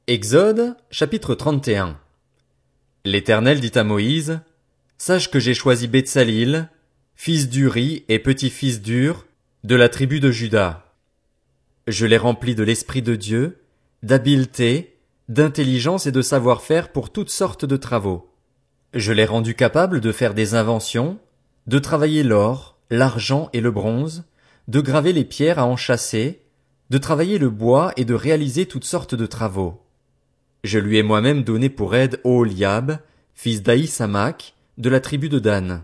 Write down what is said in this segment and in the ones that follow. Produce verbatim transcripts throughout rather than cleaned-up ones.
Exode, chapitre trente et un. L'Éternel dit à Moïse, Sache que j'ai choisi Betsalil, fils d'Uri et petit-fils d'Ur, de la tribu de Juda. Je l'ai rempli de l'Esprit de Dieu, d'habileté, d'intelligence et de savoir-faire pour toutes sortes de travaux. Je l'ai rendu capable de faire des inventions, de travailler l'or, l'argent et le bronze, de graver les pierres à enchâsser, de travailler le bois et de réaliser toutes sortes de travaux. Je lui ai moi-même donné pour aide Oholiab, fils d'Ahisamach, de la tribu de Dan.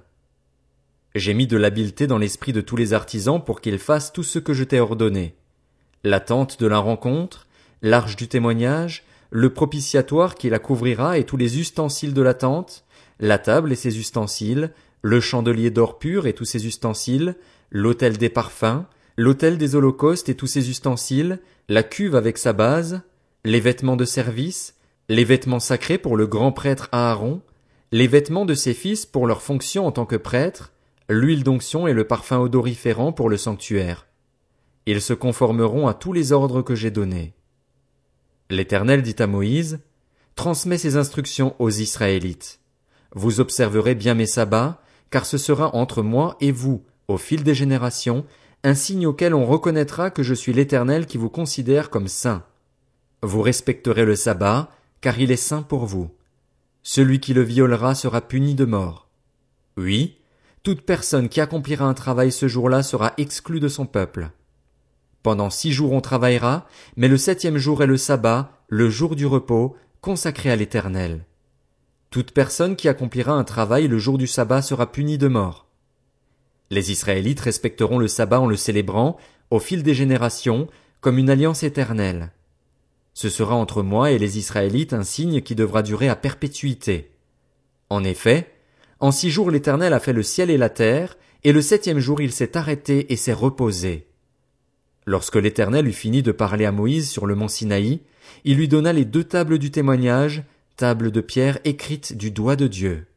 J'ai mis de l'habileté dans l'esprit de tous les artisans pour qu'ils fassent tout ce que je t'ai ordonné. La tente de la rencontre, l'arche du témoignage, le propitiatoire qui la couvrira et tous les ustensiles de la tente, la table et ses ustensiles, le chandelier d'or pur et tous ses ustensiles, l'autel des parfums, l'autel des holocaustes et tous ses ustensiles, la cuve avec sa base, les vêtements de service, les vêtements sacrés pour le grand prêtre Aaron, les vêtements de ses fils pour leur fonction en tant que prêtres, l'huile d'onction et le parfum odoriférant pour le sanctuaire. Ils se conformeront à tous les ordres que j'ai donnés. L'Éternel dit à Moïse, Transmets ces instructions aux Israélites. Vous observerez bien mes sabbats, car ce sera entre moi et vous, au fil des générations, un signe auquel on reconnaîtra que je suis l'Éternel qui vous considère comme saint. Vous respecterez le sabbat, car il est saint pour vous. Celui qui le violera sera puni de mort. Oui, toute personne qui accomplira un travail ce jour-là sera exclue de son peuple. Pendant six jours on travaillera, mais le septième jour est le sabbat, le jour du repos, consacré à l'Éternel. Toute personne qui accomplira un travail le jour du sabbat sera punie de mort. Les Israélites respecteront le sabbat en le célébrant, au fil des générations, comme une alliance éternelle. Ce sera entre moi et les Israélites un signe qui devra durer à perpétuité. En effet, en six jours l'Éternel a fait le ciel et la terre, et le septième jour il s'est arrêté et s'est reposé. Lorsque l'Éternel eut fini de parler à Moïse sur le mont Sinaï, il lui donna les deux tables du témoignage, tables de pierre écrites du doigt de Dieu.